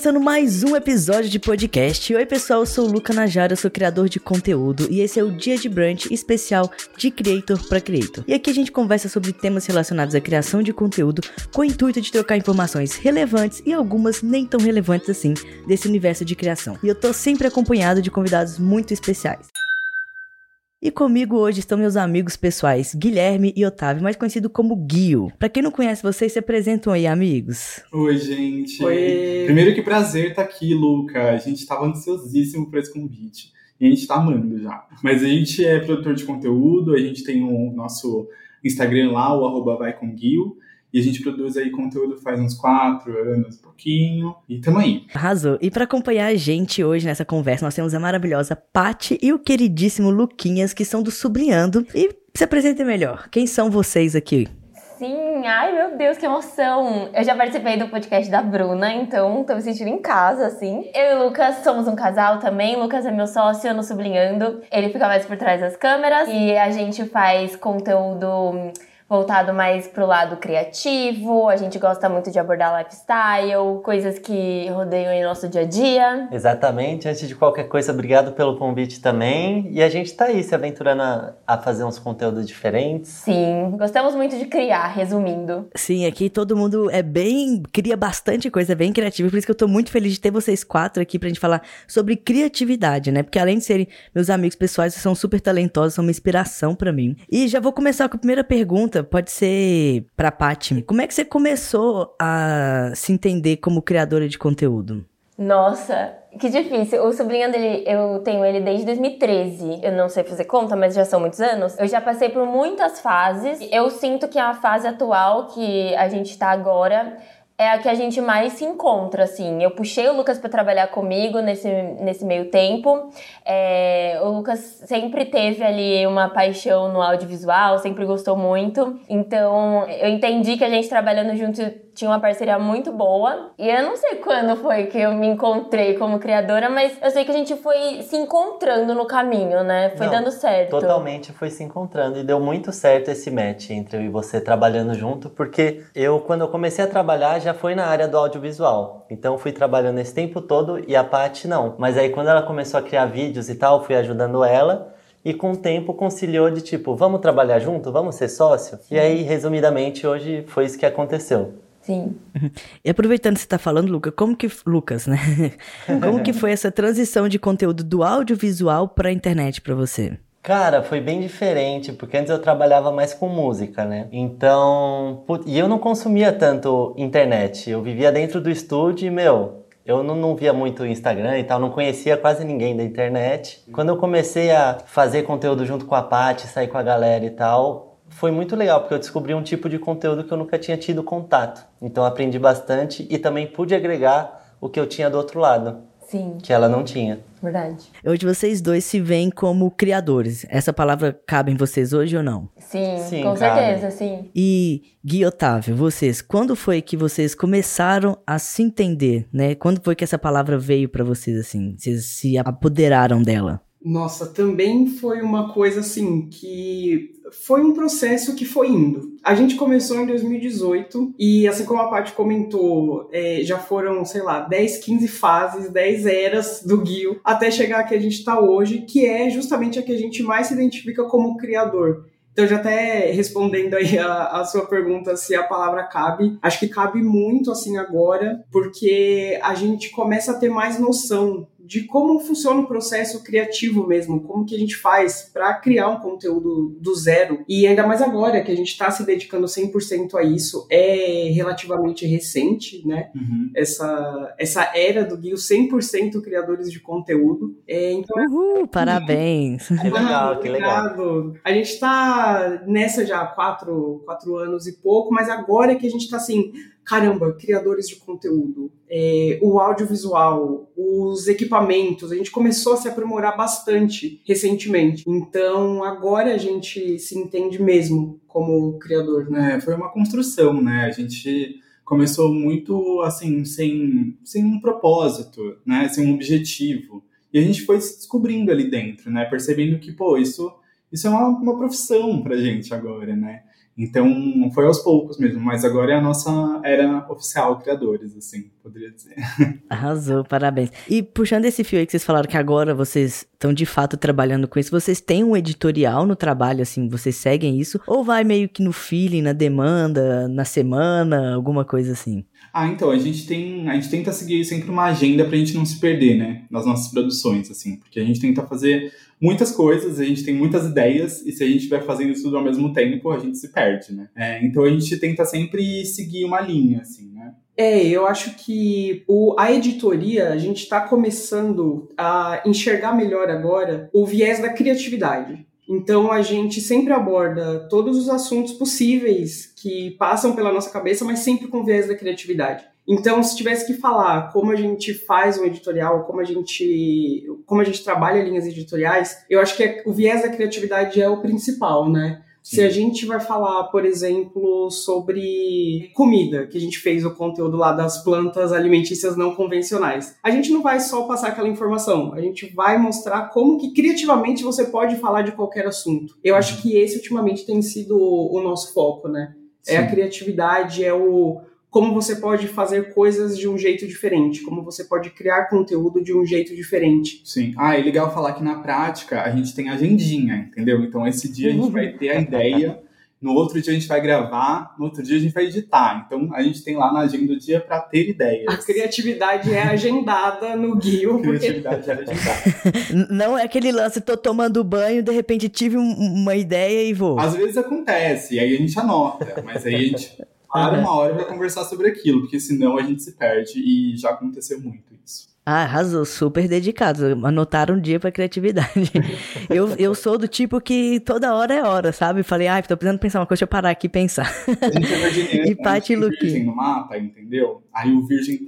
começando mais um episódio de podcast. Oi pessoal, eu sou o Luca Najara, eu sou criador de conteúdo e esse é o Dia de Brunch especial de Creator para Creator. E aqui a gente conversa sobre temas relacionados à criação de conteúdo com o intuito de trocar informações relevantes e algumas nem tão relevantes assim desse universo de criação. E eu tô sempre acompanhado de convidados muito especiais. E comigo hoje estão meus amigos pessoais, Guilherme e Otávio, mais conhecido como Guio. Pra quem não conhece vocês, se apresentam aí, amigos. Oi, gente. Oi. Primeiro, que prazer estar aqui, Luca. A gente tava ansiosíssimo por esse convite. E a gente tá amando já. Mas a gente é produtor de conteúdo, a gente tem o nosso Instagram lá, o @vaicomguio. E a gente produz aí conteúdo faz uns 4 anos, pouquinho, e tamo aí. Arrasou. E pra acompanhar a gente hoje nessa conversa, nós temos a maravilhosa Paty e o queridíssimo Luquinhas, que são do Sublinhando. E se apresentem melhor. Quem são vocês aqui? Sim, ai meu Deus, que emoção! Eu já participei do podcast da Bruna, então tô me sentindo em casa, assim. Eu e o Lucas somos um casal também, o Lucas é meu sócio no Sublinhando, ele fica mais por trás das câmeras e a gente faz conteúdo voltado mais pro lado criativo, a gente gosta muito de abordar lifestyle, coisas que rodeiam em nosso dia a dia. Exatamente, antes de qualquer coisa, obrigado pelo convite também. E a gente tá aí se aventurando a fazer uns conteúdos diferentes. Sim, gostamos muito de criar, resumindo. Sim, aqui todo mundo cria bastante coisa, é bem criativo, por isso que eu tô muito feliz de ter vocês 4 aqui pra gente falar sobre criatividade, né? Porque além de serem meus amigos pessoais, vocês são super talentosos, são uma inspiração pra mim. E já vou começar com a primeira pergunta, pode ser pra Paty. Como é que você começou a se entender como criadora de conteúdo? Nossa, que difícil. O Sublinhando, eu tenho ele desde 2013. Eu não sei fazer conta, mas já são muitos anos. Eu já passei por muitas fases. Eu sinto que a fase atual que a gente tá agora é a que a gente mais se encontra, assim. Eu puxei o Lucas pra trabalhar comigo nesse meio tempo. O Lucas sempre teve ali uma paixão no audiovisual, sempre gostou muito. Então, eu entendi que a gente trabalhando junto tinha uma parceria muito boa. E eu não sei quando foi que eu me encontrei como criadora, mas eu sei que a gente foi se encontrando no caminho, né? Foi dando certo. Totalmente foi se encontrando e deu muito certo esse match entre eu e você trabalhando junto, porque quando eu comecei a trabalhar, já foi na área do audiovisual. Então eu fui trabalhando esse tempo todo e a Paty não. Mas aí quando ela começou a criar vídeos e tal, eu fui ajudando ela. E com o tempo conciliou de tipo, vamos trabalhar junto? Vamos ser sócio? Sim. E aí, resumidamente, hoje foi isso que aconteceu. Sim. E aproveitando que você tá falando, Lucas, né? Como que foi essa transição de conteúdo do audiovisual pra internet pra você? Cara, foi bem diferente, porque antes eu trabalhava mais com música, né? Então, e eu não consumia tanto internet. Eu vivia dentro do estúdio e, eu não via muito o Instagram e tal, não conhecia quase ninguém da internet. Quando eu comecei a fazer conteúdo junto com a Paty, sair com a galera e tal, foi muito legal, porque eu descobri um tipo de conteúdo que eu nunca tinha tido contato. Então eu aprendi bastante e também pude agregar o que eu tinha do outro lado. Sim. Que ela não tinha. Verdade. Hoje vocês dois se veem como criadores. Essa palavra cabe em vocês hoje ou não? Sim, com certeza, sim. E Gui e Otávio, vocês, quando foi que vocês começaram a se entender, né? Quando foi que essa palavra veio pra vocês, assim? Vocês se apoderaram dela? Nossa, também foi uma coisa assim que foi um processo que foi indo. A gente começou em 2018 e, assim como a Paty comentou, já foram, 10, 15 fases, 10 eras do Guio até chegar aqui a gente tá hoje, que é justamente a que a gente mais se identifica como criador. Então, já até respondendo aí a sua pergunta se a palavra cabe, acho que cabe muito assim agora, porque a gente começa a ter mais noção de como funciona o processo criativo mesmo, como que a gente faz para criar um conteúdo do zero. E ainda mais agora que a gente está se dedicando 100% a isso, é relativamente recente, né? Uhum. Essa era do Guio 100% criadores de conteúdo. Então, parabéns! Que legal, que legal. Obrigado. A gente está nessa já há 4 anos e pouco, mas agora é que a gente está assim, caramba, criadores de conteúdo, o audiovisual, os equipamentos, a gente começou a se aprimorar bastante recentemente. Então, agora a gente se entende mesmo como criador. Foi uma construção, né? A gente começou muito, assim, sem um propósito, né? Sem um objetivo. E a gente foi se descobrindo ali dentro, né? Percebendo que, isso é uma profissão pra gente agora, né? Então, foi aos poucos mesmo, mas agora é a nossa era oficial criadores, assim, poderia dizer. Arrasou, parabéns. E puxando esse fio aí que vocês falaram que agora vocês estão de fato trabalhando com isso, vocês têm um editorial no trabalho, assim, vocês seguem isso? Ou vai meio que no feeling, na demanda, na semana, alguma coisa assim? Então, a gente tenta seguir sempre uma agenda pra gente não se perder, né, nas nossas produções, assim, porque a gente tenta fazer muitas coisas, a gente tem muitas ideias, e se a gente estiver fazendo isso tudo ao mesmo tempo, a gente se perde, né. Então a gente tenta sempre seguir uma linha, assim, né. Eu acho que a editoria, a gente está começando a enxergar melhor agora o viés da criatividade. Então a gente sempre aborda todos os assuntos possíveis que passam pela nossa cabeça, mas sempre com viés da criatividade. Então, se tivesse que falar como a gente faz um editorial, como a gente trabalha linhas editoriais, eu acho que o viés da criatividade é o principal, né? Se a gente vai falar, por exemplo, sobre comida, que a gente fez o conteúdo lá das plantas alimentícias não convencionais, a gente não vai só passar aquela informação, a gente vai mostrar como que criativamente você pode falar de qualquer assunto. Eu acho que esse ultimamente tem sido o nosso foco, né? Sim. É a criatividade, como você pode fazer coisas de um jeito diferente, como você pode criar conteúdo de um jeito diferente. Sim. É legal falar que na prática a gente tem agendinha, entendeu? Então esse dia a gente vai ter a ideia, no outro dia a gente vai gravar, no outro dia a gente vai editar. Então a gente tem lá na agenda do dia para ter ideias. A criatividade é agendada no Guio. A criatividade é agendada. Não é aquele lance, tô tomando banho, de repente tive uma ideia e vou. Às vezes acontece, aí a gente anota, mas aí a gente... para uma hora para conversar sobre aquilo, porque senão a gente se perde e já aconteceu muito isso. Arrasou, super dedicados, anotaram um dia pra criatividade. eu sou do tipo que toda hora é hora, sabe? Falei, tô precisando pensar uma coisa, deixa eu parar aqui e pensar. A gente é virginiano, e Paty e Luquinhas. Virgem no mapa, entendeu? Aí o virgem...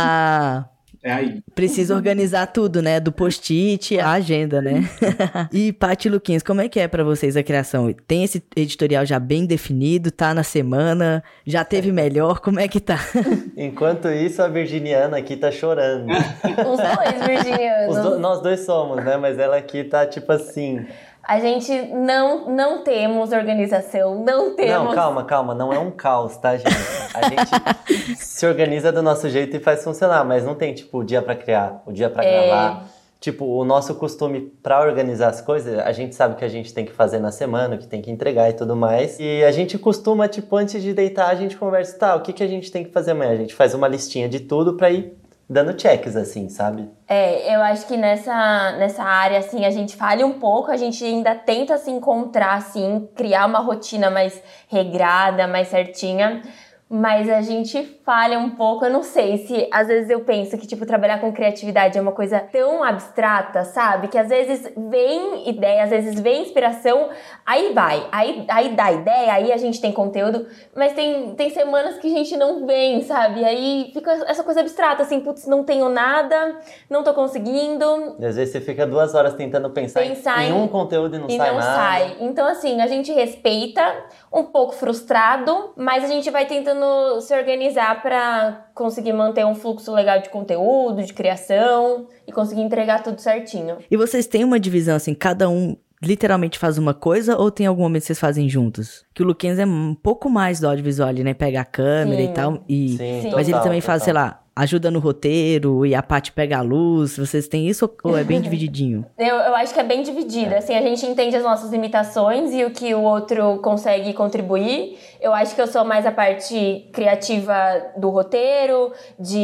É aí. Precisa organizar tudo, né? Do post-it à agenda, né? E Paty e Luquinhas, como é que é pra vocês a criação? Tem esse editorial já bem definido? Tá na semana? Já teve melhor? Como é que tá? Enquanto isso, a virginiana aqui tá chorando. Os dois virginianos. Nós dois somos, né? Mas ela aqui tá tipo assim... A gente não temos organização, não temos... Não, calma, não é um caos, tá, gente? A gente se organiza do nosso jeito e faz funcionar, mas não tem, tipo, o dia pra criar, o dia pra gravar. Tipo, o nosso costume pra organizar as coisas, a gente sabe que a gente tem que fazer na semana, que tem que entregar e tudo mais. E a gente costuma, tipo, antes de deitar, a gente conversa, o que a gente tem que fazer amanhã? A gente faz uma listinha de tudo pra ir dando checks, assim, sabe? Eu acho que nessa área, assim, a gente falha um pouco, a gente ainda tenta se encontrar, assim, criar uma rotina mais regrada, mais certinha, mas a gente falha um pouco. Eu não sei se, às vezes eu penso que, tipo, trabalhar com criatividade é uma coisa tão abstrata, sabe? Que às vezes vem ideia, às vezes vem inspiração, aí vai, aí dá ideia, aí a gente tem conteúdo, mas tem semanas que a gente não vem, sabe? Aí fica essa coisa abstrata, assim, putz, não tenho nada, não tô conseguindo. E às vezes você fica 2 horas tentando pensar em um conteúdo e não sai nada. Sai. Então, assim, a gente respeita, um pouco frustrado, mas a gente vai tentando se organizar para conseguir manter um fluxo legal de conteúdo, de criação e conseguir entregar tudo certinho. E vocês têm uma divisão, assim, cada um literalmente faz uma coisa ou tem algum momento que vocês fazem juntos? Que o Luquinhas é um pouco mais do audiovisual ali, né? Pega a câmera e tal. Sim, mas ele também faz, total. sei lá, ajuda no roteiro e a Paty pega a luz. Vocês têm isso ou é bem divididinho? Eu acho que é bem dividido. Assim, a gente entende as nossas limitações e o que o outro consegue contribuir. Eu acho que eu sou mais a parte criativa do roteiro,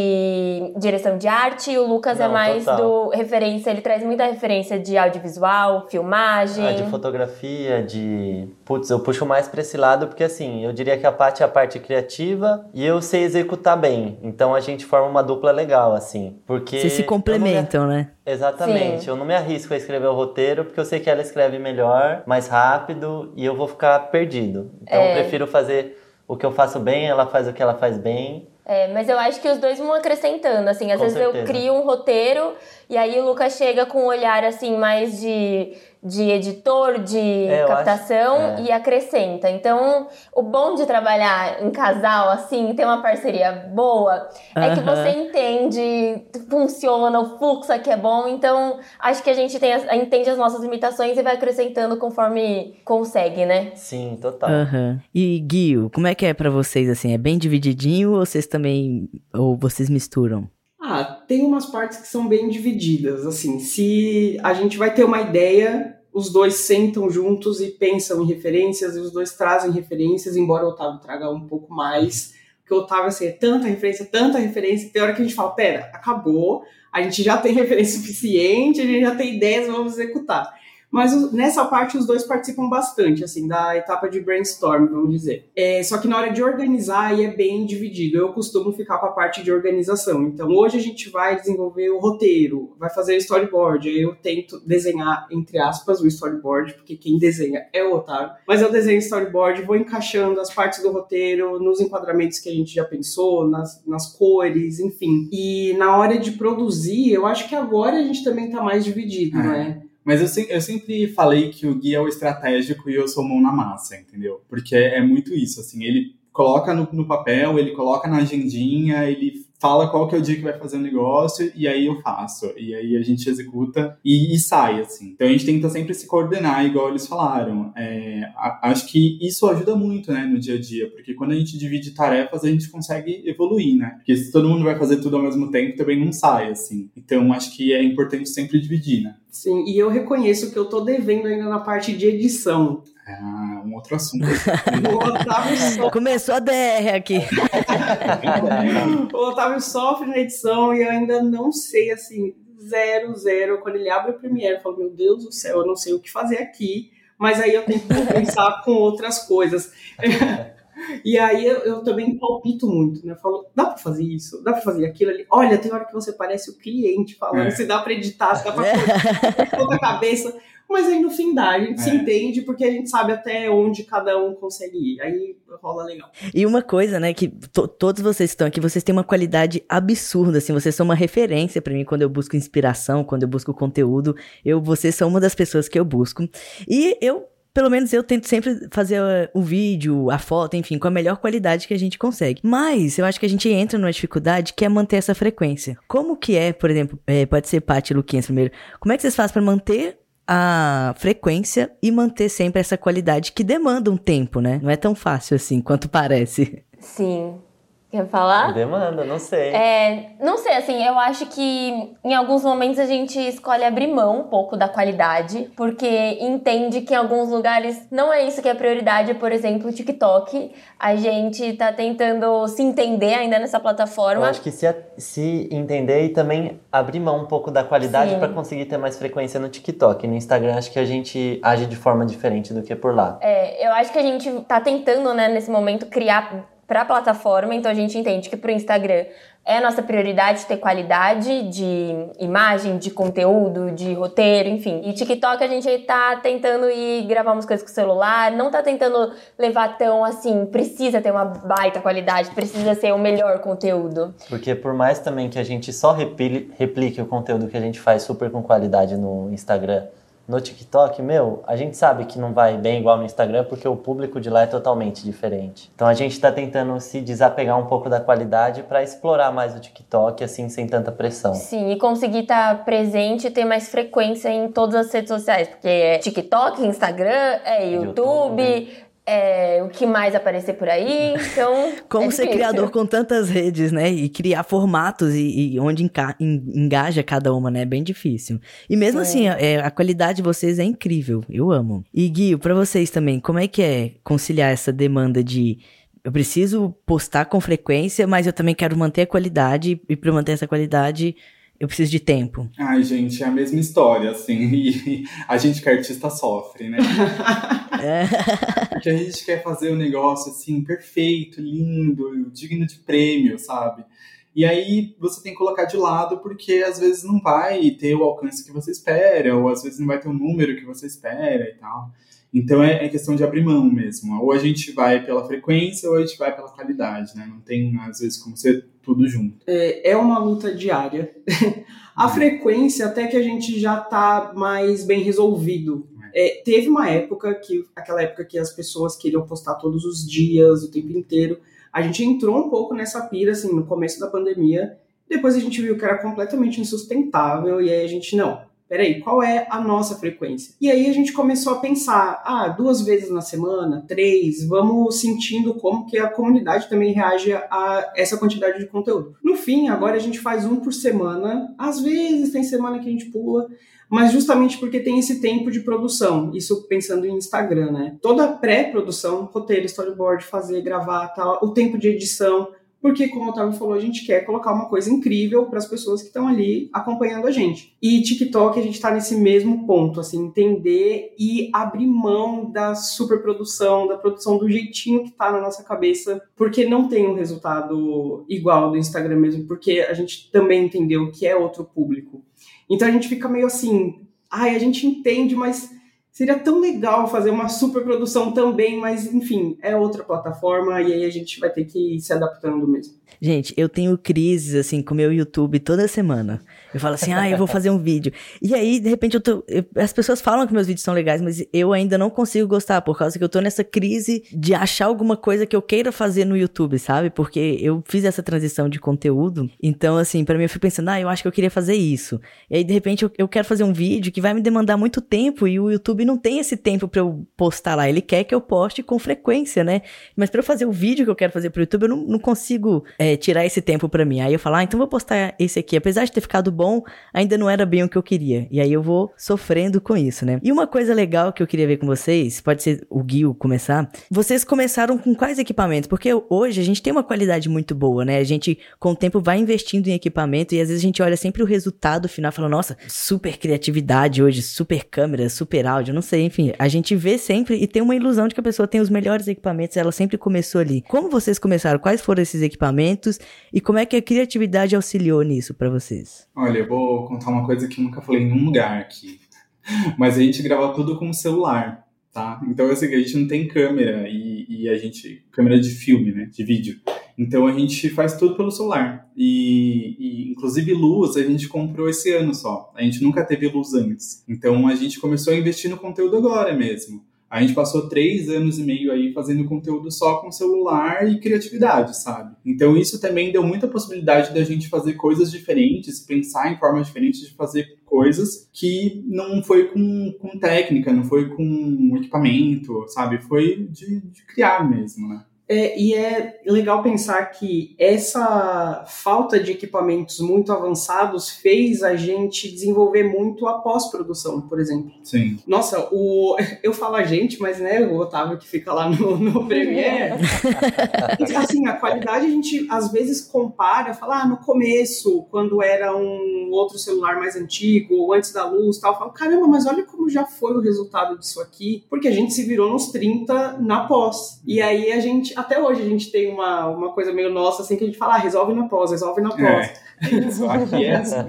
de direção de arte, e o Lucas é mais do referência, ele traz muita referência de audiovisual, filmagem. De fotografia, Putz, eu puxo mais pra esse lado, porque assim, eu diria que a Paty é a parte criativa e eu sei executar bem. Então a gente forma uma dupla legal, assim. Porque vocês se complementam, né? Exatamente. Sim. Eu não me arrisco a escrever o roteiro, porque eu sei que ela escreve melhor, mais rápido, e eu vou ficar perdido. Então eu prefiro fazer o que eu faço bem, ela faz o que ela faz bem. Mas eu acho que os dois vão acrescentando, assim. Às Com vezes certeza. eu crio um roteiro e aí o Lucas chega com um olhar, assim, mais de editor, de eu captação acho, e acrescenta. Então, o bom de trabalhar em casal, assim, ter uma parceria boa, é que você entende, funciona, o fluxo aqui é bom. Então, acho que a gente entende as nossas limitações e vai acrescentando conforme consegue, né? Sim, total. E Guio, como é que é pra vocês, assim? É bem divididinho ou vocês também... ou vocês misturam? Tem umas partes que são bem divididas, assim, se a gente vai ter uma ideia, os dois sentam juntos e pensam em referências, e os dois trazem referências, embora o Otávio traga um pouco mais, porque o Otávio, assim, é tanta referência, que tem hora que a gente fala, pera, acabou, a gente já tem referência suficiente, a gente já tem ideias, vamos executar. Mas nessa parte os dois participam bastante, assim, da etapa de brainstorm, vamos dizer. Só que na hora de organizar aí é bem dividido. Eu costumo ficar com a parte de organização. Então hoje a gente vai desenvolver o roteiro, vai fazer o storyboard. Aí eu tento desenhar, entre aspas, o storyboard, porque quem desenha é o Otávio. Mas eu desenho o storyboard, vou encaixando as partes do roteiro nos enquadramentos que a gente já pensou, nas cores, enfim. E na hora de produzir, eu acho que agora a gente também tá mais dividido, né? Mas eu sempre falei que o Gui é o estratégico e eu sou mão na massa, entendeu? Porque é muito isso, assim, ele coloca no papel, ele coloca na agendinha, ele fala qual que é o dia que vai fazer o negócio e aí eu faço. E aí a gente executa e sai, assim. Então a gente tenta sempre se coordenar, igual eles falaram. Acho que isso ajuda muito, né, no dia a dia, porque quando a gente divide tarefas, a gente consegue evoluir, né? Porque se todo mundo vai fazer tudo ao mesmo tempo, também não sai, assim. Então acho que é importante sempre dividir, né? Sim, e eu reconheço que eu tô devendo ainda na parte de edição. Um outro assunto. O Otávio Começou a DR aqui. O Otávio sofre na edição e eu ainda não sei, assim, zero. Quando ele abre o Premiere, eu falo, meu Deus do céu, eu não sei o que fazer aqui. Mas aí eu tenho que compensar com outras coisas. E aí eu também palpito muito, né? Eu falo, dá pra fazer isso? Dá pra fazer aquilo ali? Olha, tem hora que você parece o cliente falando, se dá pra editar, se dá pra pôr a cabeça. Mas aí no fim dá, a gente se entende porque a gente sabe até onde cada um consegue ir. Aí rola legal. E uma coisa, né, que todos vocês que estão aqui, vocês têm uma qualidade absurda, assim, vocês são uma referência pra mim quando eu busco inspiração, quando eu busco conteúdo, vocês são uma das pessoas que eu busco. E pelo menos eu tento sempre fazer o vídeo, a foto, enfim, com a melhor qualidade que a gente consegue. Mas eu acho que a gente entra numa dificuldade que é manter essa frequência. Como que por exemplo, pode ser Paty e Luquinhas primeiro, como é que vocês fazem pra manter a frequência e manter sempre essa qualidade que demanda um tempo, né? Não é tão fácil assim quanto parece. Sim. Quer falar? Demanda, não sei. Não sei, assim, eu acho que em alguns momentos a gente escolhe abrir mão um pouco da qualidade, porque entende que em alguns lugares não é isso que é prioridade. Por exemplo, o TikTok, a gente tá tentando se entender ainda nessa plataforma. Eu acho que se entender e também abrir mão um pouco da qualidade para conseguir ter mais frequência no TikTok. No Instagram, acho que a gente age de forma diferente do que por lá. Eu acho que a gente tá tentando, né, nesse momento, criar para a plataforma, então a gente entende que para o Instagram é a nossa prioridade ter qualidade de imagem, de conteúdo, de roteiro, enfim. E TikTok a gente tá tentando ir gravar umas coisas com o celular, não tá tentando levar tão assim, precisa ter uma baita qualidade, precisa ser o melhor conteúdo. Porque por mais também que a gente só replique o conteúdo que a gente faz super com qualidade no Instagram, no TikTok, a gente sabe que não vai bem igual no Instagram porque o público de lá é totalmente diferente. Então a gente tá tentando se desapegar um pouco da qualidade para explorar mais o TikTok, assim, sem tanta pressão. Sim, e conseguir estar presente e ter mais frequência em todas as redes sociais, porque é TikTok, Instagram, YouTube, o que mais aparecer por aí, então Como ser criador com tantas redes, né, e criar formatos e onde engaja cada uma, né, é bem difícil. E mesmo assim, a qualidade de vocês é incrível, eu amo. E Gui, pra vocês também, como é que é conciliar essa demanda de eu preciso postar com frequência, mas eu também quero manter a qualidade, e pra manter essa qualidade eu preciso de tempo? Ai, gente, é a mesma história, assim, e a gente que é artista sofre, né? Porque a gente quer fazer um negócio, assim, perfeito, lindo, digno de prêmio, sabe? E aí você tem que colocar de lado porque às vezes não vai ter o alcance que você espera, ou às vezes não vai ter o número que você espera e tal. Então é questão de abrir mão mesmo. Ou a gente vai pela frequência ou a gente vai pela qualidade, né? Não tem, às vezes, como ser tudo junto. É uma luta diária. A frequência até que a gente já tá mais bem resolvido. Teve uma época, aquela época que as pessoas queriam postar todos os dias, o tempo inteiro. A gente entrou um pouco nessa pira, assim, no começo da pandemia. Depois a gente viu que era completamente insustentável e aí a gente, não, peraí, qual é a nossa frequência? E aí a gente começou a pensar, 2 vezes na semana, 3, vamos sentindo como que a comunidade também reage a essa quantidade de conteúdo. No fim, agora a gente faz 1 por semana, às vezes tem semana que a gente pula, mas justamente porque tem esse tempo de produção, isso pensando em Instagram, né? Toda a pré-produção, roteiro, storyboard, fazer, gravar, tal, o tempo de edição, porque, como o Otávio falou, a gente quer colocar uma coisa incrível para as pessoas que estão ali acompanhando a gente. E TikTok, a gente está nesse mesmo ponto, assim, entender e abrir mão da superprodução, da produção do jeitinho que está na nossa cabeça, porque não tem um resultado igual do Instagram mesmo, porque a gente também entendeu que é outro público. Então a gente fica meio assim, a gente entende, mas seria tão legal fazer uma superprodução também, mas, enfim, é outra plataforma e aí a gente vai ter que ir se adaptando mesmo. Gente, eu tenho crises, assim, com o meu YouTube toda semana. Eu falo assim, eu vou fazer um vídeo. E aí, de repente, as pessoas falam que meus vídeos são legais, mas eu ainda não consigo gostar, por causa que eu tô nessa crise de achar alguma coisa que eu queira fazer no YouTube, sabe? Porque eu fiz essa transição de conteúdo, então, assim, pra mim eu fico pensando, eu acho que eu queria fazer isso. E aí, de repente, eu quero fazer um vídeo que vai me demandar muito tempo e o YouTube não tem esse tempo pra eu postar lá. Ele quer que eu poste com frequência, né? Mas pra eu fazer o vídeo que eu quero fazer pro YouTube, eu não consigo tirar esse tempo pra mim. Aí eu falo, então vou postar esse aqui. Apesar de ter ficado bom, ainda não era bem o que eu queria. E aí eu vou sofrendo com isso, né? E uma coisa legal que eu queria ver com vocês, pode ser o Gui começar, vocês começaram com quais equipamentos? Porque hoje a gente tem uma qualidade muito boa, né? A gente, com o tempo, vai investindo em equipamento e às vezes a gente olha sempre o resultado final e fala, nossa, super criatividade hoje, super câmera, super áudio, não sei, enfim. A gente vê sempre e tem uma ilusão de que a pessoa tem os melhores equipamentos, ela sempre começou ali. Como vocês começaram? Quais foram esses equipamentos? E como é que a criatividade auxiliou nisso pra vocês? Olha, eu vou contar uma coisa que eu nunca falei em nenhum lugar aqui. Mas a gente grava tudo com o celular, tá? Então, assim, a gente não tem câmera e a gente... Câmera de filme, né? De vídeo. Então, a gente faz tudo pelo celular. E inclusive, luz, a gente comprou esse ano só. A gente nunca teve luz antes. Então, a gente começou a investir no conteúdo agora mesmo. A gente passou 3 anos e meio aí fazendo conteúdo só com celular e criatividade, sabe? Então isso também deu muita possibilidade da gente fazer coisas diferentes, pensar em formas diferentes de fazer coisas que não foi com técnica, não foi com equipamento, sabe? Foi de criar mesmo, né? E é legal pensar que essa falta de equipamentos muito avançados fez a gente desenvolver muito a pós-produção, por exemplo. Sim. Nossa, eu falo a gente, mas né, o Otávio que fica lá no Premiere. Assim, a qualidade a gente às vezes compara, fala, no começo, quando era um outro celular mais antigo, ou antes da luz, tal, fala, caramba, mas olha como já foi o resultado disso aqui, porque a gente se virou nos 30 na pós. E aí a gente, até hoje a gente tem uma coisa meio nossa, assim, que a gente fala, resolve na pós. Isso, aqui é assim.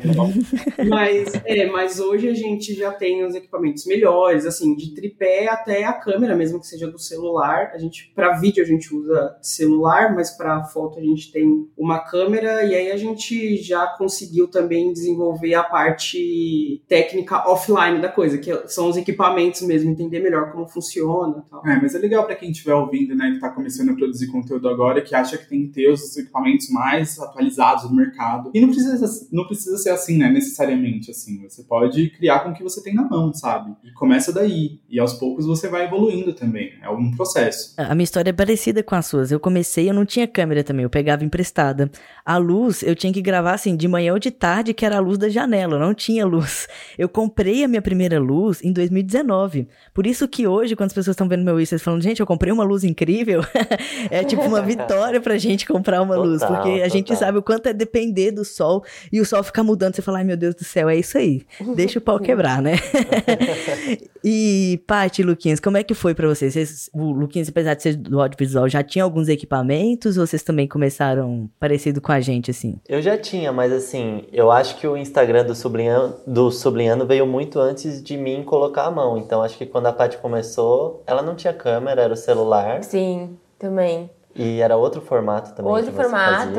Mas hoje a gente já tem os equipamentos melhores, assim, de tripé até a câmera, mesmo que seja do celular. Para vídeo a gente usa celular, mas para foto a gente tem uma câmera, e aí a gente já conseguiu também desenvolver a parte técnica offline da coisa, que são os equipamentos mesmo, entender melhor como funciona e tal. Mas é legal para quem estiver ouvindo, né, que tá começando a produzir conteúdo agora, que acha que tem que ter os equipamentos mais atualizados do mercado. E não precisa ser assim, né, necessariamente, assim. Você pode criar com o que você tem na mão, sabe? E começa daí. E aos poucos você vai evoluindo também. É um processo. A minha história é parecida com as suas. Eu comecei, eu não tinha câmera também, eu pegava emprestada. A luz, eu tinha que gravar, assim, de manhã ou de tarde, que era a luz da janela, eu não tinha luz. Eu comprei a minha primeira luz em 2019. Por isso que hoje, quando as pessoas estão vendo meu Insta, eles falam, gente, eu comprei uma luz incrível. É tipo uma vitória pra gente comprar uma luz, porque a gente sabe o quanto é depender do sol e o sol ficar mudando. Você fala, ai meu Deus do céu, é isso aí. Deixa o pau quebrar, né? E, Paty e Luquinhas, como é que foi pra vocês? O Luquinhas, apesar de ser do audiovisual, já tinha alguns equipamentos ou vocês também começaram parecido com a gente, assim? Eu já tinha, mas assim, eu acho que o Instagram do Sublinhando veio muito antes de mim colocar a mão. Então, acho que quando a Paty começou, ela não tinha câmera, era o celular. Sim, também. E era outro formato também. Outro formato,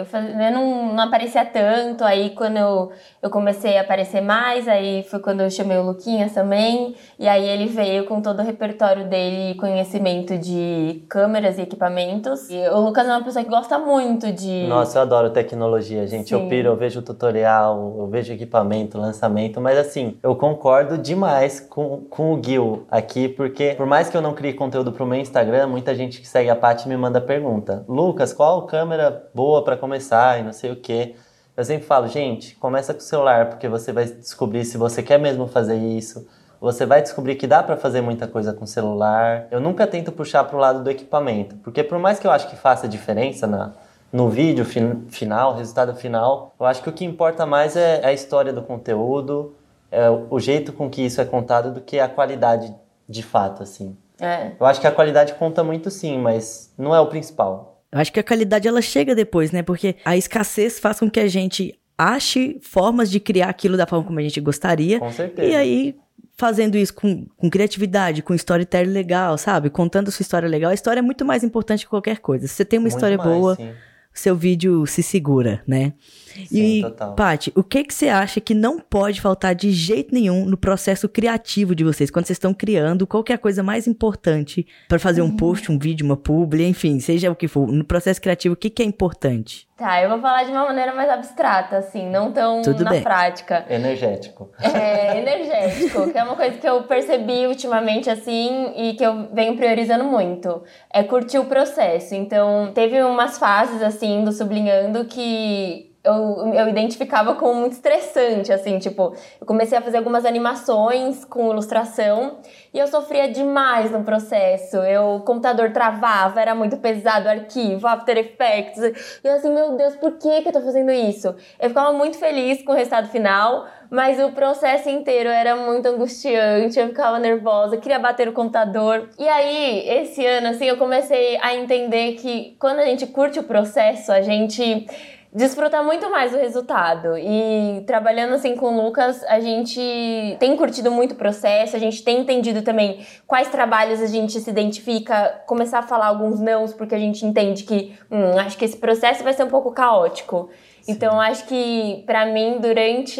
eu não aparecia tanto, aí quando eu comecei a aparecer mais, aí foi quando eu chamei o Luquinhas também, e aí ele veio com todo o repertório dele, conhecimento de câmeras e equipamentos. E o Lucas é uma pessoa que gosta muito de... Nossa, eu adoro tecnologia, gente. Sim. Eu piro, eu vejo tutorial, eu vejo equipamento, lançamento, mas assim, eu concordo demais com o Gil aqui, porque por mais que eu não crie conteúdo pro meu Instagram, muita gente que segue a Paty me manda pergunta, Lucas, qual câmera boa para começar e não sei o que. Eu sempre falo, gente, começa com o celular, porque você vai descobrir se você quer mesmo fazer isso, você vai descobrir que dá para fazer muita coisa com o celular. Eu nunca tento puxar pro lado do equipamento, porque por mais que eu acho que faça diferença no vídeo final, resultado final, eu acho que o que importa mais é a história do conteúdo, é o jeito com que isso é contado do que a qualidade de fato, assim. Eu acho que a qualidade conta muito sim, mas não é o principal. Eu acho que a qualidade ela chega depois, né? Porque a escassez faz com que a gente ache formas de criar aquilo da forma como a gente gostaria. Com certeza. E aí, fazendo isso com criatividade, com storytelling legal, sabe? Contando sua história legal. A história é muito mais importante que qualquer coisa. Se você tem uma história boa, sim, seu vídeo se segura, né? Sim, e, total. Paty, o que você acha que não pode faltar de jeito nenhum no processo criativo de vocês? Quando vocês estão criando, qual que é a coisa mais importante para fazer um post, um vídeo, uma publi, enfim, seja o que for. No processo criativo, o que é importante? Tá, eu vou falar de uma maneira mais abstrata, assim, não tão na prática. Energético. Energético, que é uma coisa que eu percebi ultimamente, assim, e que eu venho priorizando muito. É curtir o processo. Então, teve umas fases, assim, do Sublinhando que eu identificava como muito estressante, assim, tipo, eu comecei a fazer algumas animações com ilustração e eu sofria demais no processo. O computador travava, era muito pesado o arquivo, After Effects, e eu assim, meu Deus, por que eu tô fazendo isso? Eu ficava muito feliz com o resultado final, mas o processo inteiro era muito angustiante, eu ficava nervosa, queria bater o computador. E aí, esse ano, assim, eu comecei a entender que quando a gente curte o processo, a gente desfruta muito mais do resultado. E trabalhando assim com o Lucas, a gente tem curtido muito o processo, a gente tem entendido também quais trabalhos a gente se identifica, começar a falar alguns nãos, porque a gente entende que acho que esse processo vai ser um pouco caótico. Sim. Então, acho que, pra mim, durante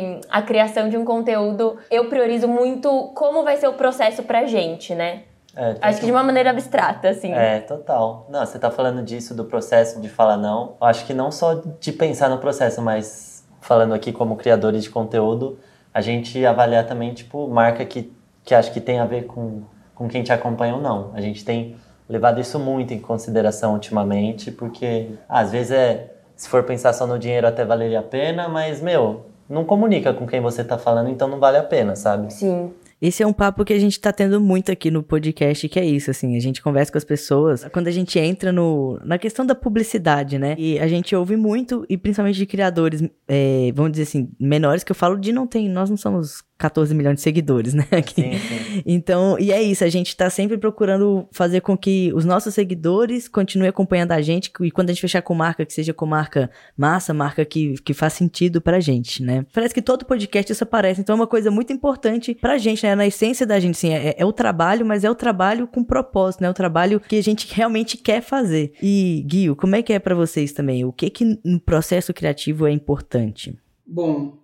a criação de um conteúdo, eu priorizo muito como vai ser o processo pra gente, né? Acho que de uma maneira abstrata, assim. Total. Não, você tá falando disso, do processo de falar não. Eu acho que não só de pensar no processo, mas falando aqui como criadores de conteúdo, a gente avaliar também, tipo, marca que acho que tem a ver com quem te acompanha ou não. A gente tem levado isso muito em consideração ultimamente, porque às vezes se for pensar só no dinheiro até valeria a pena, mas, não comunica com quem você tá falando, então não vale a pena, sabe? Sim. Esse é um papo que a gente tá tendo muito aqui no podcast, que é isso, assim, a gente conversa com as pessoas, quando a gente entra na questão da publicidade, né, e a gente ouve muito, e principalmente de criadores, vamos dizer assim, menores, que eu falo nós não somos 14 milhões de seguidores, né, aqui. Sim. Então, e é isso, a gente tá sempre procurando fazer com que os nossos seguidores continuem acompanhando a gente, e quando a gente fechar com marca, que seja com marca massa, marca que faz sentido pra gente, né. Parece que todo podcast isso aparece, então é uma coisa muito importante pra gente, né, na essência da gente, assim, é o trabalho, mas é o trabalho com propósito, né, o trabalho que a gente realmente quer fazer. E, Gui, como é que é pra vocês também? O que no processo criativo é importante? Bom,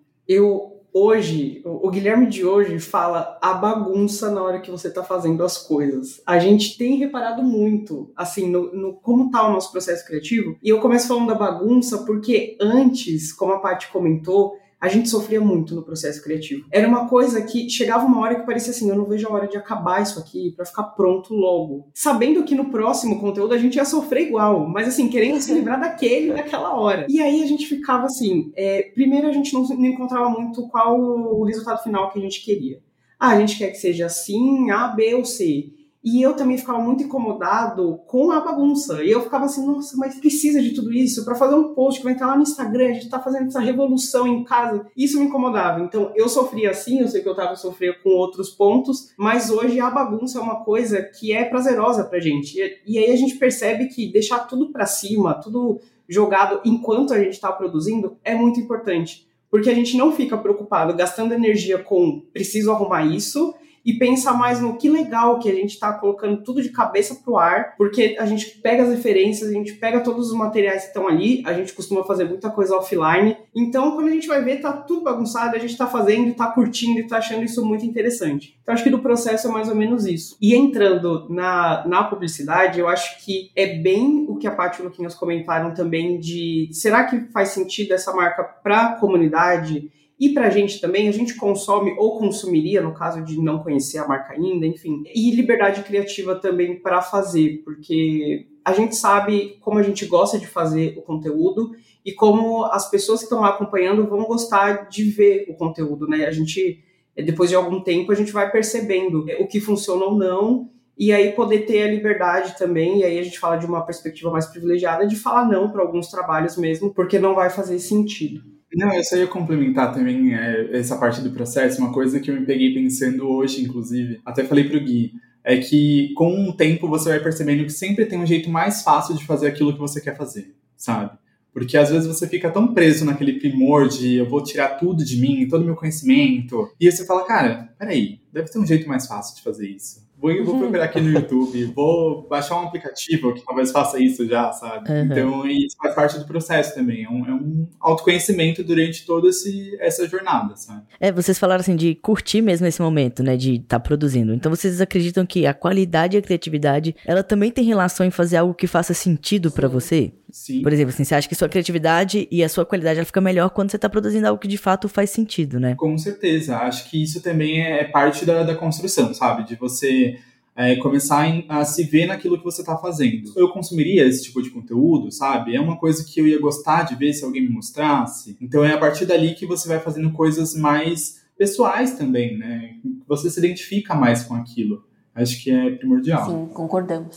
hoje, o Guilherme de hoje fala a bagunça na hora que você está fazendo as coisas. A gente tem reparado muito, assim, no como está o nosso processo criativo. E eu começo falando da bagunça porque antes, como a Paty comentou, a gente sofria muito no processo criativo. Era uma coisa que chegava uma hora que parecia assim, eu não vejo a hora de acabar isso aqui pra ficar pronto logo. Sabendo que no próximo conteúdo a gente ia sofrer igual, mas assim, querendo se livrar daquele naquela hora. E aí a gente ficava assim, primeiro a gente não encontrava muito qual o resultado final que a gente queria. A gente quer que seja assim, A, B ou C. E eu também ficava muito incomodado com a bagunça. E eu ficava assim, nossa, mas precisa de tudo isso? Para fazer um post que vai entrar lá no Instagram, a gente tá fazendo essa revolução em casa. Isso me incomodava. Então, eu sofria assim, eu sei que eu tava sofrendo com outros pontos, mas hoje a bagunça é uma coisa que é prazerosa pra gente. E aí a gente percebe que deixar tudo pra cima, tudo jogado enquanto a gente tá produzindo, é muito importante. Porque a gente não fica preocupado, gastando energia com preciso arrumar isso, e pensa mais no que legal que a gente está colocando tudo de cabeça pro ar, porque a gente pega as referências, a gente pega todos os materiais que estão ali, a gente costuma fazer muita coisa offline, então quando a gente vai ver, tá tudo bagunçado, a gente tá fazendo, tá curtindo e tá achando isso muito interessante. Então acho que do processo é mais ou menos isso. E entrando na publicidade, eu acho que é bem o que a Paty e o Luquinhas comentaram também de, será que faz sentido essa marca pra comunidade? E pra gente também, a gente consome ou consumiria, no caso de não conhecer a marca ainda, enfim. E liberdade criativa também para fazer, porque a gente sabe como a gente gosta de fazer o conteúdo e como as pessoas que estão lá acompanhando vão gostar de ver o conteúdo, né? A gente, depois de algum tempo, a gente vai percebendo o que funciona ou não, e aí poder ter a liberdade também, e aí a gente fala de uma perspectiva mais privilegiada, de falar não para alguns trabalhos mesmo, porque não vai fazer sentido. Não, eu só ia complementar também essa parte do processo, uma coisa que eu me peguei pensando hoje, inclusive, até falei pro Gui, é que com o tempo você vai percebendo que sempre tem um jeito mais fácil de fazer aquilo que você quer fazer, sabe? Porque às vezes você fica tão preso naquele primor de eu vou tirar tudo de mim, todo o meu conhecimento, e aí você fala, cara, peraí, deve ter um jeito mais fácil de fazer isso. Vou procurar aqui no YouTube, vou baixar um aplicativo que talvez faça isso já, sabe? Uhum. Então, isso faz parte do processo também. É um autoconhecimento durante toda essa jornada, sabe? Vocês falaram assim de curtir mesmo esse momento, né? De estar produzindo. Então, vocês acreditam que a qualidade e a criatividade, ela também tem relação em fazer algo que faça sentido pra você? Sim. Por exemplo, assim, você acha que sua criatividade e a sua qualidade ela fica melhor quando você tá produzindo algo que de fato faz sentido, né? Com certeza. Acho que isso também é parte da construção, sabe? De você começar a se ver naquilo que você está fazendo. Eu consumiria esse tipo de conteúdo, sabe? É uma coisa que eu ia gostar de ver se alguém me mostrasse. Então é a partir dali que você vai fazendo coisas mais pessoais também, né? Você se identifica mais com aquilo. Acho que é primordial. Sim, concordamos.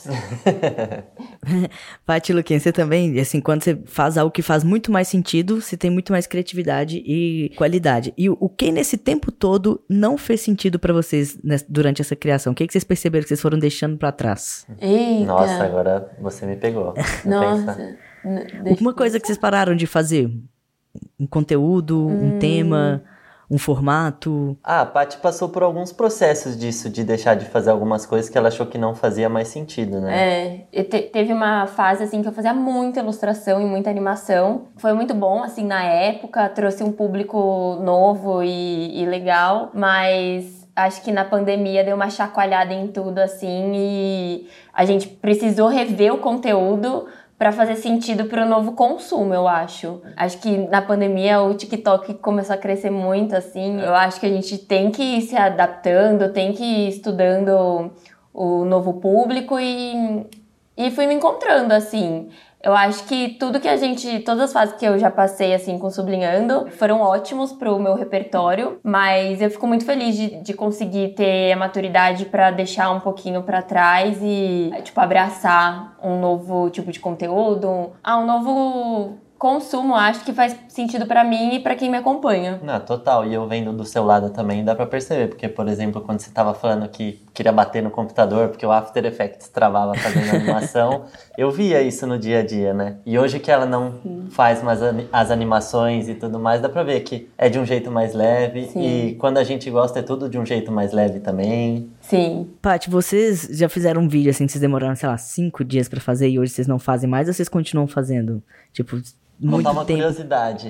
Paty, Luquinha, você também, assim, quando você faz algo que faz muito mais sentido, você tem muito mais criatividade e qualidade. E o que nesse tempo todo não fez sentido pra vocês durante essa criação? O que vocês perceberam que vocês foram deixando pra trás? Eita. Nossa, agora você me pegou. Nossa. Uma coisa que vocês pararam de fazer? Um conteúdo, um tema... um formato? A Paty passou por alguns processos disso, de deixar de fazer algumas coisas que ela achou que não fazia mais sentido, né? Teve uma fase, assim, que eu fazia muita ilustração e muita animação. Foi muito bom, assim, na época, trouxe um público novo e legal, mas acho que na pandemia deu uma chacoalhada em tudo, assim, e a gente precisou rever o conteúdo para fazer sentido para o novo consumo, eu acho. Acho que na pandemia o TikTok começou a crescer muito, assim. Eu acho que a gente tem que ir se adaptando, tem que ir estudando o novo público e fui me encontrando, assim. Eu acho que todas as fases que eu já passei, assim, com Sublinhando, foram ótimos pro meu repertório, mas eu fico muito feliz de conseguir ter a maturidade pra deixar um pouquinho pra trás e, tipo, abraçar um novo tipo de conteúdo, um novo consumo, acho que faz sentido pra mim e pra quem me acompanha. Não, total. E eu vendo do seu lado também, dá pra perceber. Porque, por exemplo, quando você tava falando que queria bater no computador, porque o After Effects travava fazendo animação, eu via isso no dia a dia, né? E hoje que ela não faz mais as animações e tudo mais, dá pra ver que é de um jeito mais leve. Sim. E quando a gente gosta, é tudo de um jeito mais leve também. Sim. Paty, vocês já fizeram um vídeo assim que vocês demoraram, sei lá, 5 dias pra fazer e hoje vocês não fazem mais ou vocês continuam fazendo? Tipo... Vou muito dar uma tempo. Curiosidade.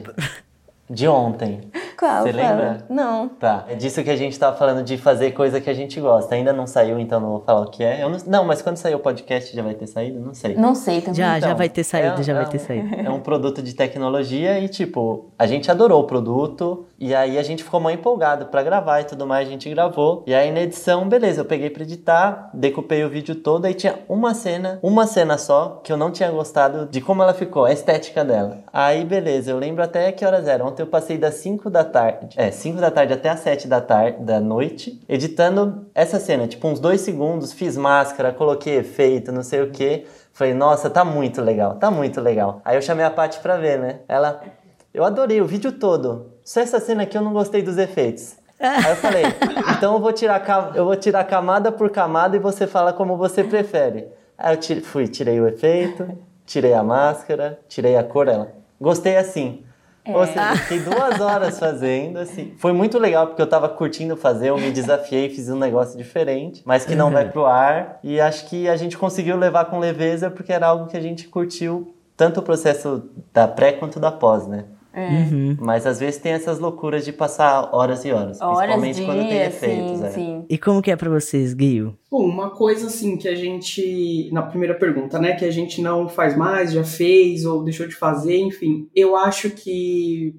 De ontem. Qual? Você lembra? Não. Tá. É disso que a gente tava falando, de fazer coisa que a gente gosta. Ainda não saiu, então não vou falar o que é. Não, mas quando sair o podcast já vai ter saído? Não sei. Não sei também. Já vai ter saído, vai ter saído. É um produto de tecnologia e, tipo, a gente adorou o produto. E aí a gente ficou mó empolgado pra gravar e tudo mais, a gente gravou. E aí na edição, beleza, eu peguei pra editar, decupei o vídeo todo, aí tinha uma cena só, que eu não tinha gostado de como ela ficou, a estética dela. Aí beleza, eu lembro até que horas eram. Ontem eu passei das 5 da tarde até as 7 da noite, editando essa cena, tipo uns 2 segundos, fiz máscara, coloquei efeito, não sei o que. Falei, nossa, tá muito legal, tá muito legal. Aí eu chamei a Paty pra ver, né? Ela, eu adorei o vídeo todo, só essa cena aqui eu não gostei dos efeitos. Aí eu falei, então eu vou tirar camada por camada e você fala como você prefere. Aí eu tirei o efeito, tirei a máscara, tirei a cor, ela, gostei assim. Ou seja, fiquei 2 horas fazendo, assim. Foi muito legal, porque eu tava curtindo fazer, eu me desafiei, fiz um negócio diferente, mas que não vai pro ar. E acho que a gente conseguiu levar com leveza, porque era algo que a gente curtiu, tanto o processo da pré quanto da pós, né? Mas às vezes tem essas loucuras de passar horas e horas, principalmente quando tem efeitos. Sim. E como que é pra vocês, Guio? Bom, uma coisa assim que a gente, na primeira pergunta, né, que a gente não faz mais, já fez ou deixou de fazer, enfim, eu acho que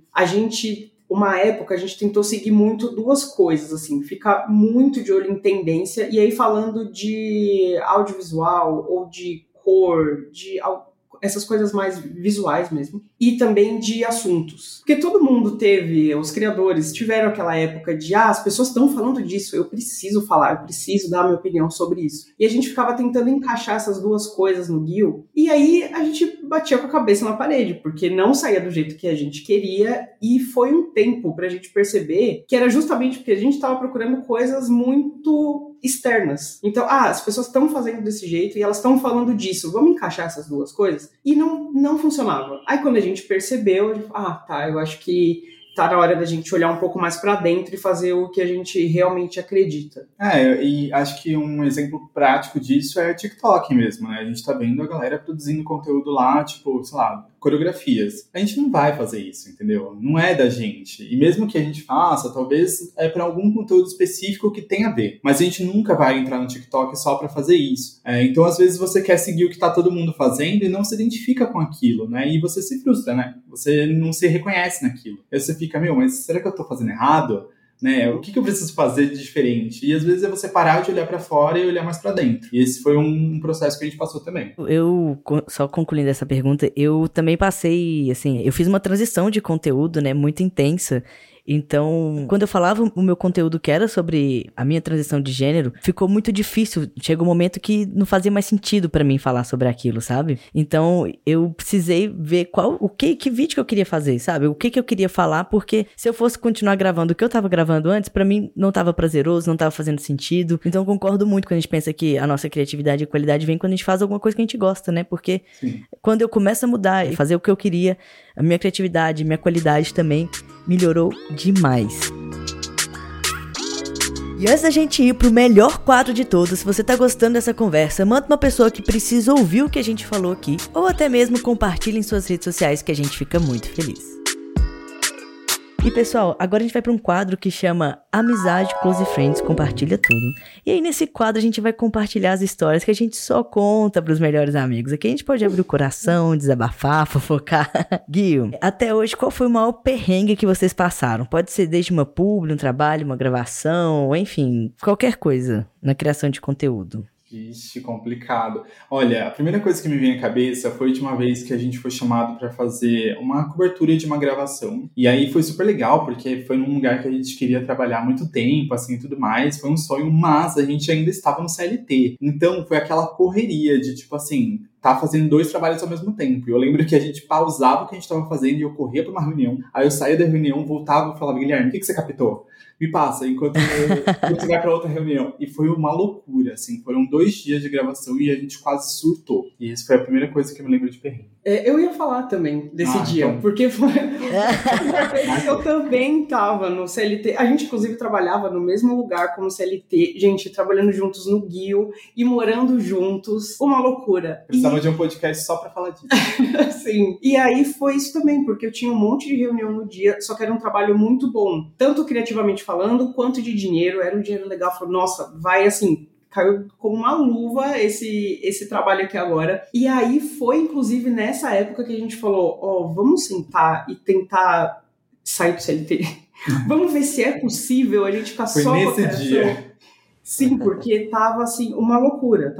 uma época a gente tentou seguir muito 2 coisas, assim, ficar muito de olho em tendência, e aí falando de audiovisual ou de cor, essas coisas mais visuais mesmo, e também de assuntos. Porque todo mundo os criadores tiveram aquela época de, as pessoas estão falando disso, eu preciso falar, eu preciso dar a minha opinião sobre isso. E a gente ficava tentando encaixar essas 2 coisas no Guio, e aí a gente batia com a cabeça na parede, porque não saía do jeito que a gente queria, e foi um tempo pra gente perceber que era justamente porque a gente estava procurando coisas muito externas. Então, as pessoas estão fazendo desse jeito e elas estão falando disso, vamos encaixar essas 2 coisas? E não funcionava. Aí quando a gente percebeu, eu acho que tá na hora da gente olhar um pouco mais pra dentro e fazer o que a gente realmente acredita. E acho que um exemplo prático disso é o TikTok mesmo, né? A gente tá vendo a galera produzindo conteúdo lá, tipo, sei lá, coreografias. A gente não vai fazer isso, entendeu? Não é da gente. E mesmo que a gente faça, talvez é para algum conteúdo específico que tem a ver. Mas a gente nunca vai entrar no TikTok só para fazer isso. Então, às vezes, você quer seguir o que tá todo mundo fazendo e não se identifica com aquilo, né? E você se frustra, né? Você não se reconhece naquilo. Aí você fica, mas será que eu tô fazendo errado? Né? O que eu preciso fazer de diferente? E às vezes é você parar de olhar pra fora e olhar mais pra dentro. E esse foi um processo que a gente passou também. Só concluindo essa pergunta, eu também passei, assim, eu fiz uma transição de conteúdo, né, muito intensa. Então, quando eu falava o meu conteúdo que era sobre a minha transição de gênero, ficou muito difícil. Chegou um momento que não fazia mais sentido pra mim falar sobre aquilo, sabe? Então, eu precisei ver que vídeo que eu queria fazer, sabe? O que eu queria falar, porque se eu fosse continuar gravando o que eu tava gravando antes, pra mim não tava prazeroso, não tava fazendo sentido. Então, eu concordo muito quando a gente pensa que a nossa criatividade e qualidade vem quando a gente faz alguma coisa que a gente gosta, né? Porque quando eu começo a mudar e fazer o que eu queria, a minha criatividade, minha qualidade também melhorou demais. E antes da gente ir pro melhor quadro de todos, se você tá gostando dessa conversa, manda uma pessoa que precisa ouvir o que a gente falou aqui, ou até mesmo compartilhe em suas redes sociais, que a gente fica muito feliz. E pessoal, agora a gente vai para um quadro que chama Amizade Close Friends Compartilha Tudo. E aí nesse quadro a gente vai compartilhar as histórias que a gente só conta pros melhores amigos. Aqui a gente pode abrir o coração, desabafar, fofocar. Guio, até hoje qual foi o maior perrengue que vocês passaram? Pode ser desde uma publi, um trabalho, uma gravação, enfim, qualquer coisa na criação de conteúdo. Ixi, complicado. Olha, a primeira coisa que me vem à cabeça foi a última vez que a gente foi chamado para fazer uma cobertura de uma gravação. E aí foi super legal, porque foi num lugar que a gente queria trabalhar há muito tempo, assim, e tudo mais. Foi um sonho, mas a gente ainda estava no CLT. Então foi aquela correria de, tipo assim, tá fazendo 2 trabalhos ao mesmo tempo. E eu lembro que a gente pausava o que a gente tava fazendo e eu corria pra uma reunião. Aí eu saía da reunião, voltava e falava, Guilherme, o que você captou? Me passa, enquanto você vai pra outra reunião. E foi uma loucura, assim. Foram 2 dias de gravação e a gente quase surtou. E isso foi a primeira coisa que eu me lembro de perrengue. Eu ia falar também desse dia, então. Porque foi eu também tava no CLT. A gente, inclusive, trabalhava no mesmo lugar como CLT. Gente, trabalhando juntos no Guio e morando juntos. Uma loucura. Precisava de um podcast só pra falar disso. Sim. E aí foi isso também, porque eu tinha um monte de reunião no dia, só que era um trabalho muito bom. Tanto criativamente falando, quanto de dinheiro. Era um dinheiro legal. Falei, nossa, vai assim... Caiu como uma luva esse trabalho aqui agora. E aí foi, inclusive, nessa época que a gente falou, vamos sentar e tentar sair do CLT. Vamos ver se é possível a gente ficar Foi só com a nesse criação. dia. Sim, porque tava assim, uma loucura.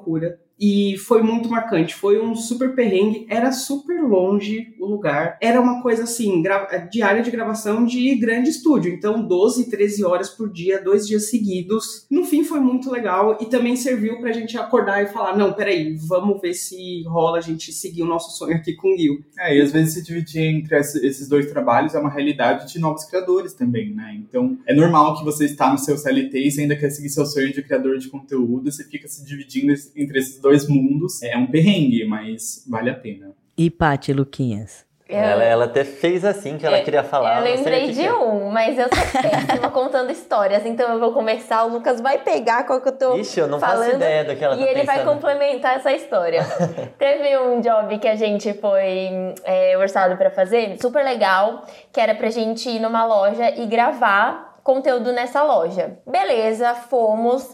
E foi muito marcante, foi um super perrengue, era super longe o lugar, era uma coisa assim, diária de gravação de grande estúdio, então 12, 13 horas por dia, 2 dias seguidos. No fim foi muito legal e também serviu pra gente acordar e falar, não, peraí, vamos ver se rola a gente seguir o nosso sonho aqui com o Gil. E às vezes se dividir entre esses dois trabalhos é uma realidade de novos criadores também, né? Então é normal que você está no seu CLT e você ainda quer seguir seu sonho de criador de conteúdo, você fica se dividindo entre esses dois mundos. É um perrengue, mas vale a pena. E Paty, Luquinhas? Ela até fez assim que ela queria falar. Eu lembrei de um, mas eu sou péssima contando histórias, então eu vou começar, o Lucas vai pegar qual que eu tô Ixi, eu não falando, faço ideia do que ela tá e ele pensando. vai complementar essa história. Teve um job que a gente foi orçado pra fazer, super legal, que era pra gente ir numa loja e gravar conteúdo nessa loja. Beleza, fomos,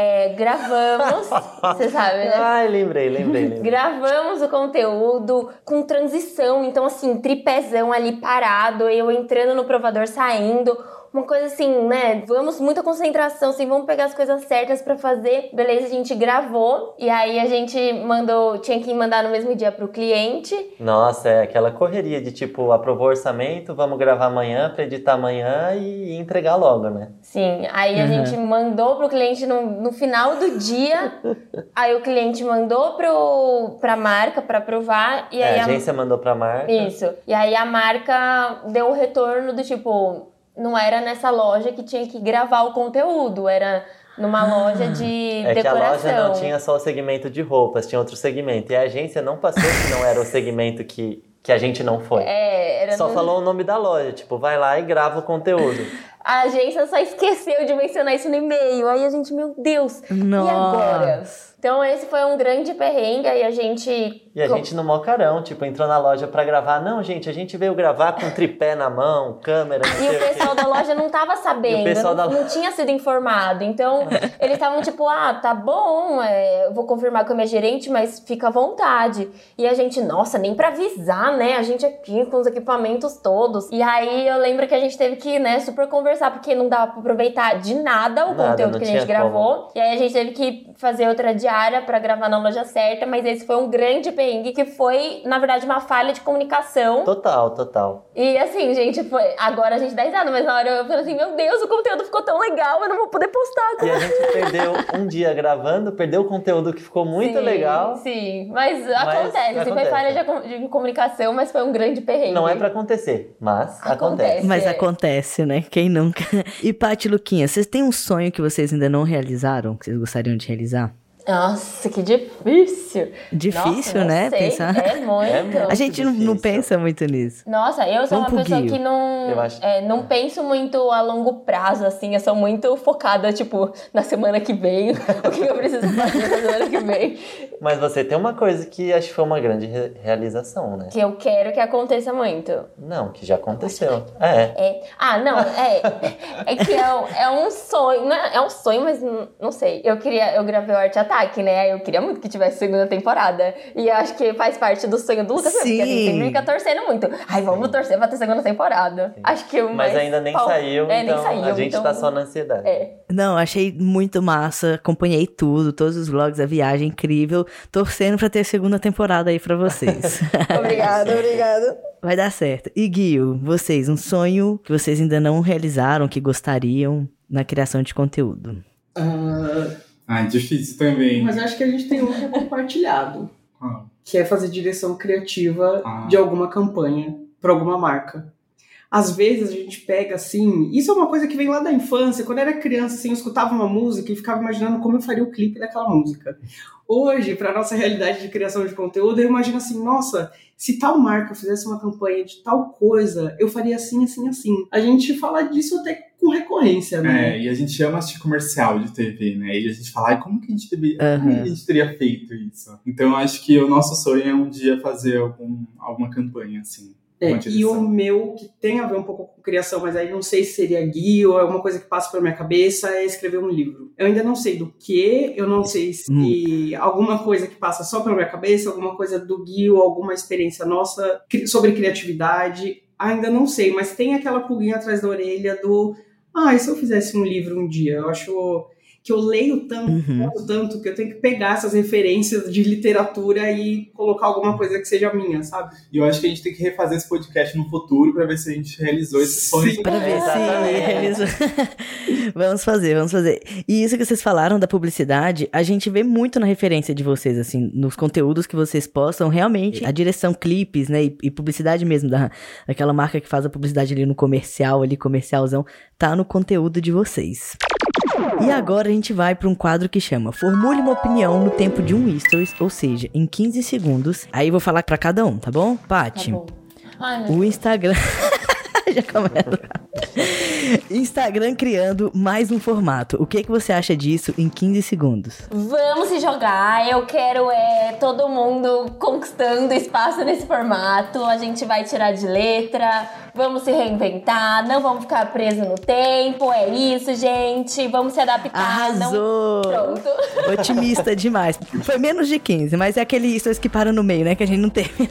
gravamos, você sabe, né? Ai, lembrei. Gravamos o conteúdo com transição, então assim, tripézão ali parado, eu entrando no provador, saindo, uma coisa assim, né? Vamos, muita concentração, assim, vamos pegar as coisas certas pra fazer. Beleza, a gente gravou e aí a gente tinha que mandar no mesmo dia pro cliente. Nossa, é aquela correria de tipo, aprovou o orçamento, vamos gravar amanhã pra editar amanhã e entregar logo, né? Sim, aí a gente mandou pro cliente no final do dia, aí o cliente mandou pra marca pra aprovar e aí a agência mandou pra marca. Isso, e aí a marca deu o retorno do tipo, não era nessa loja que tinha que gravar o conteúdo, era numa loja de decoração. Que a loja não tinha só o segmento de roupas, tinha outro segmento, e a agência não passou que não era o segmento que a gente não foi. Só falou o nome da loja, tipo, vai lá e grava o conteúdo. A agência só esqueceu de mencionar isso no e-mail. Aí a gente, meu Deus, Nossa. E agora? Então esse foi um grande perrengue, aí a gente... E a gente no mocarão, tipo, entrou na loja pra gravar. Não, gente, a gente veio gravar com tripé na mão, câmera, não sei E o pessoal da loja não tava sabendo, não tinha sido informado. Então, eles estavam tipo, tá bom, eu vou confirmar com a minha gerente, mas fica à vontade. E a gente, nossa, nem pra avisar, né? A gente aqui com os equipamentos todos. E aí, eu lembro que a gente teve que, né, super conversar, porque não dava pra aproveitar de nada o conteúdo que a gente gravou. E aí, a gente teve que fazer outra diária pra gravar na loja certa, mas esse foi um grande perrengue, que foi, na verdade, uma falha de comunicação. Total. E assim, gente, agora a gente dá risada, mas na hora eu falei assim, meu Deus, o conteúdo ficou tão legal, eu não vou poder postar agora. E a gente perdeu um dia gravando, perdeu o conteúdo que ficou muito legal. Sim, mas acontece. Foi falha de comunicação, mas foi um grande perrengue. Não é pra acontecer, mas acontece. Mas acontece, né? Quem nunca? E Paty, Luquinha, vocês têm um sonho que vocês ainda não realizaram, que vocês gostariam de realizar? Nossa, que difícil. Difícil, Nossa, né? Sei. Pensar. É muito. A gente não pensa muito nisso. Nossa, eu sou uma pessoa que não penso muito a longo prazo, assim. Eu sou muito focada, tipo, na semana que vem. O que eu preciso fazer na semana que vem. Mas você tem uma coisa que acho que foi uma grande realização, né? Que eu quero que aconteça muito. Não, que já aconteceu. É que é um sonho. Não é um sonho, mas não sei. Eu gravei o Arte Ataque, né? Eu queria muito que tivesse segunda temporada. E eu acho que faz parte do sonho do Lucas, porque a gente sempre fica torcendo muito. Vamos torcer pra ter segunda temporada. Sim. Acho que mas ainda nem saiu, então nem saiu, a gente tá só na ansiedade. Não, achei muito massa, acompanhei tudo, todos os vlogs, a viagem incrível, torcendo pra ter segunda temporada aí pra vocês. Obrigada. Vai dar certo. E Gil, vocês, um sonho que vocês ainda não realizaram, que gostariam na criação de conteúdo? Difícil também. Mas eu acho que a gente tem um que é compartilhado. Ah. Que é fazer direção criativa de alguma campanha para alguma marca. Às vezes a gente pega assim... Isso é uma coisa que vem lá da infância. Quando eu era criança, assim, eu escutava uma música e ficava imaginando como eu faria o clipe daquela música. Hoje, para nossa realidade de criação de conteúdo, eu imagino assim, nossa, se tal marca fizesse uma campanha de tal coisa, eu faria assim, assim, assim. A gente fala disso até com recorrência, né? E a gente ama assistir comercial de TV, né? E a gente fala, como que a gente teria feito isso? Então, eu acho que o nosso sonho é um dia fazer alguma campanha, assim. E o meu, que tem a ver um pouco com criação, mas aí não sei se seria guia ou é uma coisa que passa pela minha cabeça, é escrever um livro. Eu ainda não sei do que, eu não sei se alguma coisa que passa só pela minha cabeça, alguma coisa do guia ou alguma experiência nossa sobre criatividade. Ainda não sei, mas tem aquela pulguinha atrás da orelha do... e se eu fizesse um livro um dia? Eu acho que eu leio tanto que eu tenho que pegar essas referências de literatura e colocar alguma coisa que seja minha, sabe? E eu acho que a gente tem que refazer esse podcast no futuro pra ver se a gente realizou esse sonho. Pra ver se realizou. Vamos fazer. E isso que vocês falaram da publicidade, a gente vê muito na referência de vocês, assim, nos conteúdos que vocês postam, realmente, a direção, clipes, né, e publicidade mesmo, daquela marca que faz a publicidade ali no comercial, ali, comercialzão, tá no conteúdo de vocês. E agora a gente vai para um quadro que chama Formule uma opinião no tempo de um stories, ou seja, em 15 segundos. Aí eu vou falar para cada um, tá bom? Paty, Tá bom. Ai, o Instagram... Já começa. Instagram criando mais um formato. O que você acha disso em 15 segundos? Vamos se jogar. Eu quero todo mundo conquistando espaço nesse formato. A gente vai tirar de letra. Vamos se reinventar. Não vamos ficar preso no tempo. É isso, gente. Vamos se adaptar. Arrasou! Pronto. Otimista demais. Foi menos de 15, mas é aquele stories que para no meio, né? Que a gente não termina.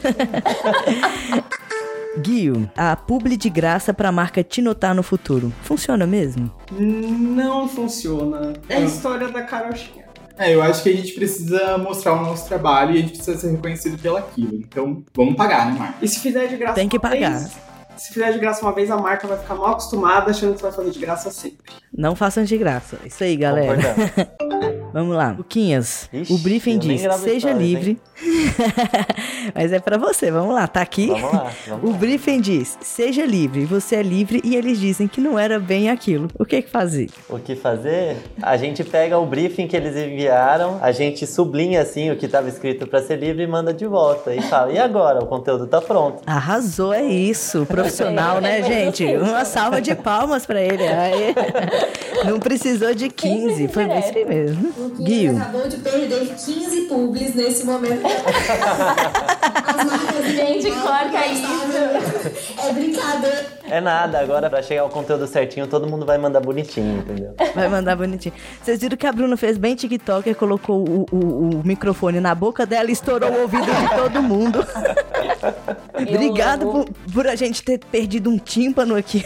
Guio, a publi de graça pra marca te notar no futuro. Funciona mesmo? Não funciona. É a história da carochinha. Eu acho que a gente precisa mostrar o nosso trabalho e a gente precisa ser reconhecido pelaquilo. Então, vamos pagar, né, Marca? E se fizer de graça Tem que uma pagar. vez, se fizer de graça uma vez, a marca vai ficar mal acostumada, achando que vai fazer de graça sempre. Não façam de graça. Isso aí, galera. Vamos lá. Luquinhas, Ixi, o briefing eu nem diz, gravo seja stories, livre. Mas é pra você, vamos lá, tá aqui. Vamos lá. O briefing diz, seja livre, você é livre e eles dizem que não era bem aquilo. O que fazer? O que fazer? A gente pega o briefing que eles enviaram, a gente sublinha assim o que estava escrito para ser livre e manda de volta. E fala, e agora? O conteúdo tá pronto. Arrasou, é isso. Profissional, né, gente? Uma salva de palmas pra ele. Aí. Não precisou de 15, foi bem isso aí mesmo. Guio. Acabou de perder 15 publis nesse momento. As marcas Gente, corta isso. É brincadeira. É nada, agora pra chegar o conteúdo certinho, todo mundo vai mandar bonitinho, entendeu? Vai mandar bonitinho. Vocês viram que a Bruna fez bem TikToker, colocou o microfone na boca dela e estourou o ouvido de todo mundo. Obrigado por a gente ter perdido um tímpano aqui.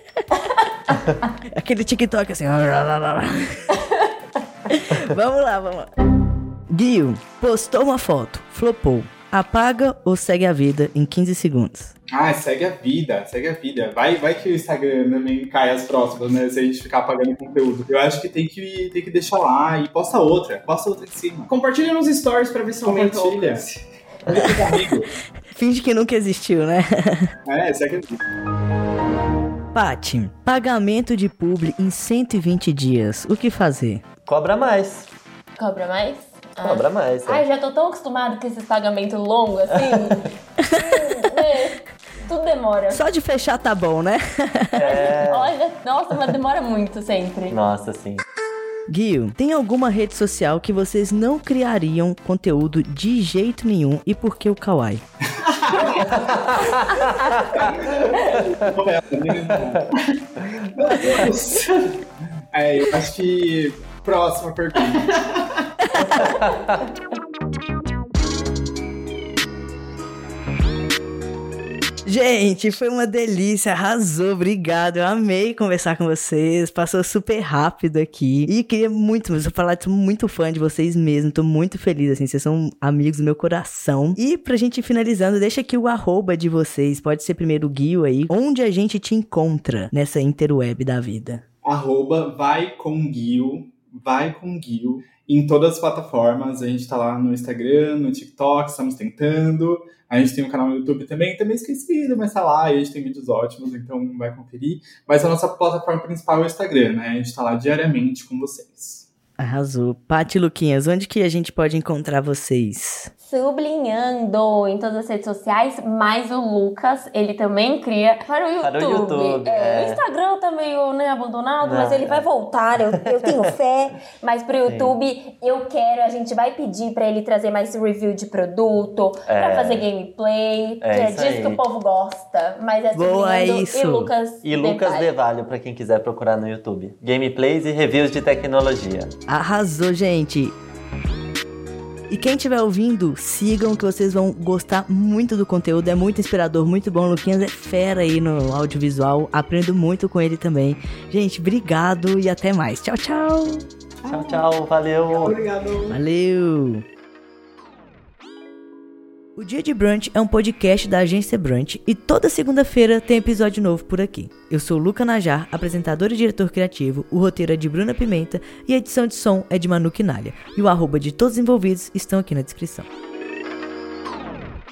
Aquele TikTok assim. Vamos lá. Guio, postou uma foto, flopou. Apaga ou segue a vida em 15 segundos? Segue a vida. Vai que o Instagram também cai as próximas, né? Se a gente ficar apagando conteúdo. Eu acho que tem que deixar lá e posta outra em cima. Compartilha nos stories pra ver se aumenta o Compartilha. alcance. Finge que nunca existiu, né? Segue a vida. Paty, pagamento de publi em 120 dias. O que fazer? Cobra mais. Cobra mais? Cobra mais. Ai, já tô tão acostumado com esses pagamentos longos assim. Tudo demora. Só de fechar tá bom, né? Olha, nossa, mas demora muito sempre. Nossa, sim. Guio, tem alguma rede social que vocês não criariam conteúdo de jeito nenhum e por que o Kawaii? Eu acho que... Próxima pergunta. Gente, foi uma delícia, arrasou, obrigado, eu amei conversar com vocês, passou super rápido aqui, e queria muito, eu falar, tô muito fã de vocês mesmo, tô muito feliz, assim, vocês são amigos do meu coração. E pra gente ir finalizando, deixa aqui o @ de vocês, pode ser primeiro o Guio aí, onde a gente te encontra nessa interweb da vida. @vai com Guio, em todas as plataformas, a gente tá lá no Instagram, no TikTok, estamos tentando, a gente tem um canal no YouTube também esquecido, mas tá lá, e a gente tem vídeos ótimos, então vai conferir, mas a nossa plataforma principal é o Instagram, né, a gente tá lá diariamente com vocês. Arrasou. Paty e Luquinhas, onde que a gente pode encontrar vocês? Sublinhando em todas as redes sociais, mas o Lucas, ele também cria para o YouTube. Para o YouTube, O Instagram tá meio abandonado, mas ele vai voltar, eu tenho fé. Mas pro YouTube, a gente vai pedir pra ele trazer mais review de produto, pra fazer gameplay, que é disso aí. que o povo gosta. Mas é Sublinhando isso. e Lucas E Lucas Devalho. Devalho, pra quem quiser procurar no YouTube. Gameplays e reviews de tecnologia. Arrasou, gente! E quem estiver ouvindo, sigam que vocês vão gostar muito do conteúdo, é muito inspirador, muito bom. O Luquinhas é fera aí no audiovisual, aprendo muito com ele também. Gente, obrigado e até mais. Tchau, tchau. Tchau, tchau, valeu. Obrigado. Valeu. O Dia de Brunch é um podcast da agência Brunch e toda segunda-feira tem episódio novo por aqui. Eu sou o Luca Najar, apresentador e diretor criativo, o roteiro é de Bruna Pimenta e a edição de som é de Manu Quinalha. E o arroba de todos os envolvidos estão aqui na descrição.